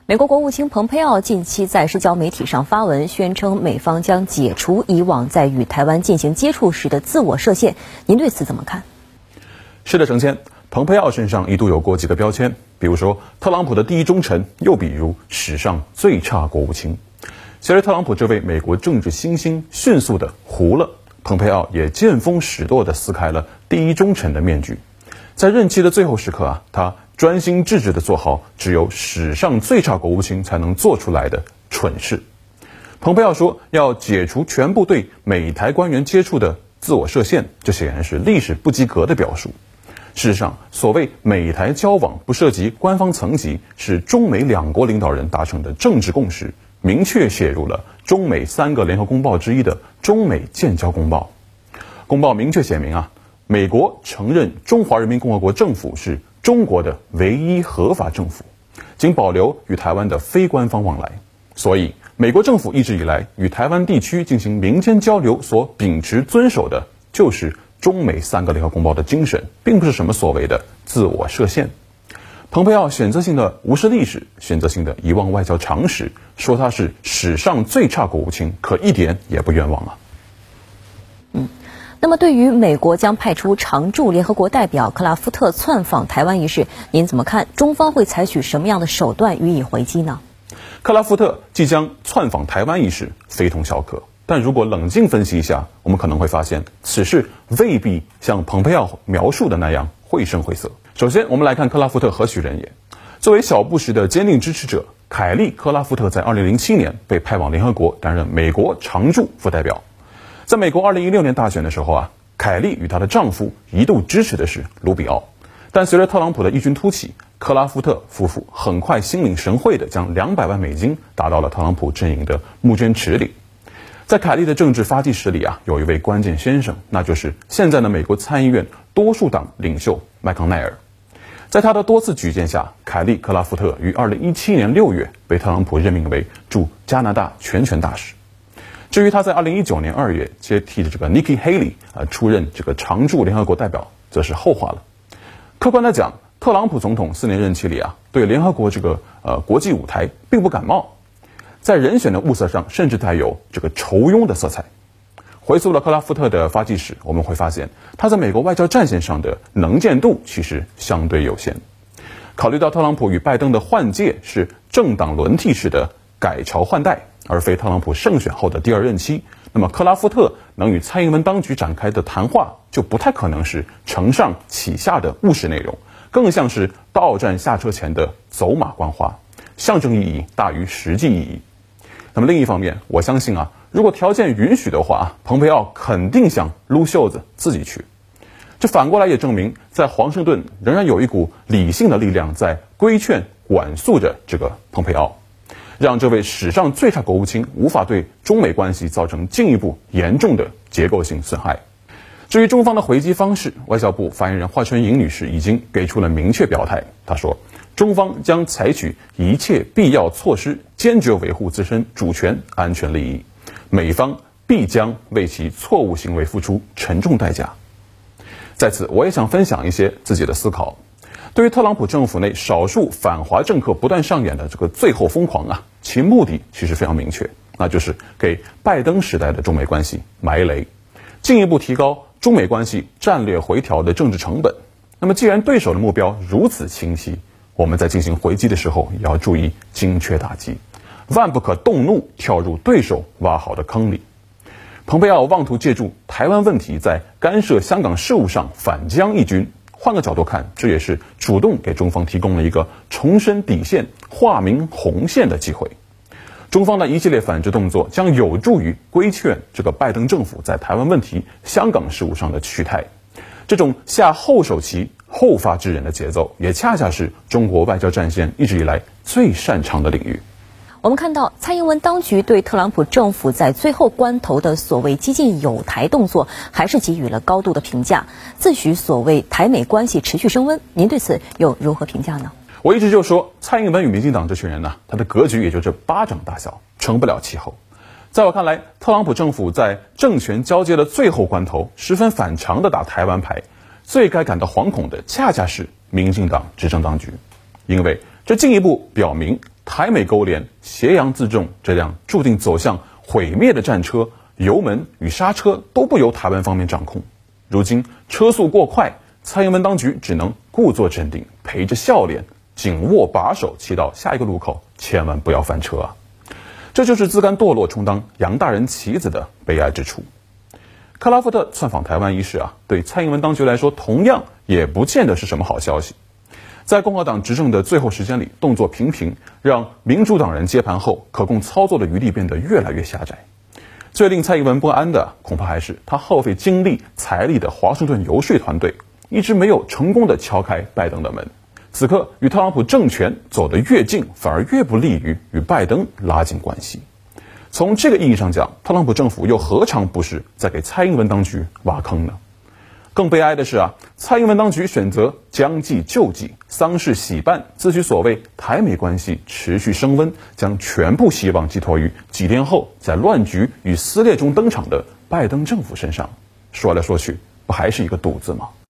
美国国务卿蓬佩奥近期在社交媒体上发文，宣称美方将解除以往在与台湾进行接触时的自我设限。您对此怎么看？ 是的，程谦，蓬佩奥身上一度有过几个标签，比如说特朗普的第一忠臣，又比如史上最差国务卿。随着特朗普这位美国政治新星迅速的糊了，蓬佩奥也见风使舵地撕开了第一忠臣的面具。在任期的最后时刻他专心致志地做好只有史上最差国务卿才能做出来的蠢事。蓬佩奥说要解除全部对美台官员接触的自我设限，这显然是历史不及格的表述。事实上，所谓美台交往不涉及官方层级，是中美两国领导人达成的政治共识，明确写入了中美3个联合公报之一的中美建交公报。公报明确写明美国承认中华人民共和国政府是中国的唯一合法政府，仅保留与台湾的非官方往来。所以美国政府一直以来与台湾地区进行民间交流所秉持遵守的就是中美3个联合公报的精神，并不是什么所谓的自我设限。蓬佩奥选择性的无视历史，选择性的遗忘外交常识，说他是史上最差国务卿，可一点也不冤枉那么对于美国将派出常驻联合国代表克拉夫特窜访台湾一事，您怎么看？中方会采取什么样的手段予以回击呢？ 克拉夫特即将窜访台湾一事非同小可，但如果冷静分析一下，我们可能会发现此事未必像蓬佩奥描述的那样绘声绘色。首先我们来看克拉夫特何许人也。作为小布什的坚定支持者，凯利·克拉夫特在2007年被派往联合国担任美国常驻副代表。在美国2016年大选的时候凯利与她的丈夫一度支持的是卢比奥，但随着特朗普的异军突起，克拉夫特夫妇很快心领神会地将200万美金打到了特朗普阵营的募捐池里。在凯利的政治发迹史里有一位关键先生，那就是现在的美国参议院多数党领袖麦康奈尔。在他的多次举荐下，凯利·克拉夫特于2017年6月被特朗普任命为驻加拿大全权大使。至于他在2019年2月接替的这个 Nikki Haley 出任这个常驻联合国代表，则是后话了。客观的讲，特朗普总统4年任期里对联合国这个国际舞台并不感冒，在人选的物色上甚至带有这个酬庸的色彩。回溯了克拉夫特的发迹史，我们会发现他在美国外交战线上的能见度其实相对有限。考虑到特朗普与拜登的换届是政党轮替式的改朝换代，而非特朗普胜选后的第2任期，那么克拉夫特能与蔡英文当局展开的谈话就不太可能是承上启下的务实内容，更像是到站下车前的走马观花，象征意义大于实际意义。那么另一方面，我相信如果条件允许的话，蓬佩奥肯定想撸袖子自己去。这反过来也证明，在华盛顿仍然有一股理性的力量在规劝管束着这个蓬佩奥，让这位史上最差国务卿无法对中美关系造成进一步严重的结构性损害。至于中方的回击方式，外交部发言人华春莹女士已经给出了明确表态。她说，中方将采取一切必要措施，坚决维护自身主权安全利益，美方必将为其错误行为付出沉重代价。在此，我也想分享一些自己的思考。对于特朗普政府内少数反华政客不断上演的这个最后疯狂其目的其实非常明确，那就是给拜登时代的中美关系埋雷，进一步提高中美关系战略回调的政治成本。那么既然对手的目标如此清晰，我们在进行回击的时候也要注意精确打击，万不可动怒跳入对手挖好的坑里。蓬佩奥妄图借助台湾问题在干涉香港事务上反将一军，换个角度看，这也是主动给中方提供了一个重申底线、划明红线的机会。中方的一系列反制动作将有助于规劝这个拜登政府在台湾问题、香港事务上的取态。这种下后手棋、后发制人的节奏，也恰恰是中国外交战线一直以来最擅长的领域。 我们看到蔡英文当局对特朗普政府在最后关头的所谓激进友台动作还是给予了高度的评价，自诩所谓台美关系持续升温。您对此又如何评价呢？ 我一直就说蔡英文与民进党这群人他的格局也就这巴掌大小，成不了气候。在我看来，特朗普政府在政权交接的最后关头十分反常地打台湾牌，最该感到惶恐的恰恰是民进党执政当局，因为这进一步表明台美勾连、挟洋自重这辆注定走向毁灭的战车，油门与刹车都不由台湾方面掌控。如今车速过快，蔡英文当局只能故作镇定，陪着笑脸，紧握把手，骑到下一个路口，千万不要翻车啊！这就是自甘堕落充当洋大人棋子的悲哀之处。克拉夫特窜访台湾一事对蔡英文当局来说同样也不见得是什么好消息。在共和党执政的最后时间里，动作频频，让民主党人接盘后可供操作的余地变得越来越狭窄。最令蔡英文不安的，恐怕还是他耗费精力财力的华盛顿游说团队一直没有成功的敲开拜登的门。此刻与特朗普政权走得越近，反而越不利于与拜登拉近关系。从这个意义上讲，特朗普政府又何尝不是在给蔡英文当局挖坑呢？更悲哀的是蔡英文当局选择将计就计，丧事喜办，自诩所谓台美关系持续升温，将全部希望寄托于几天后在乱局与撕裂中登场的拜登政府身上。说来说去，不还是一个赌字吗？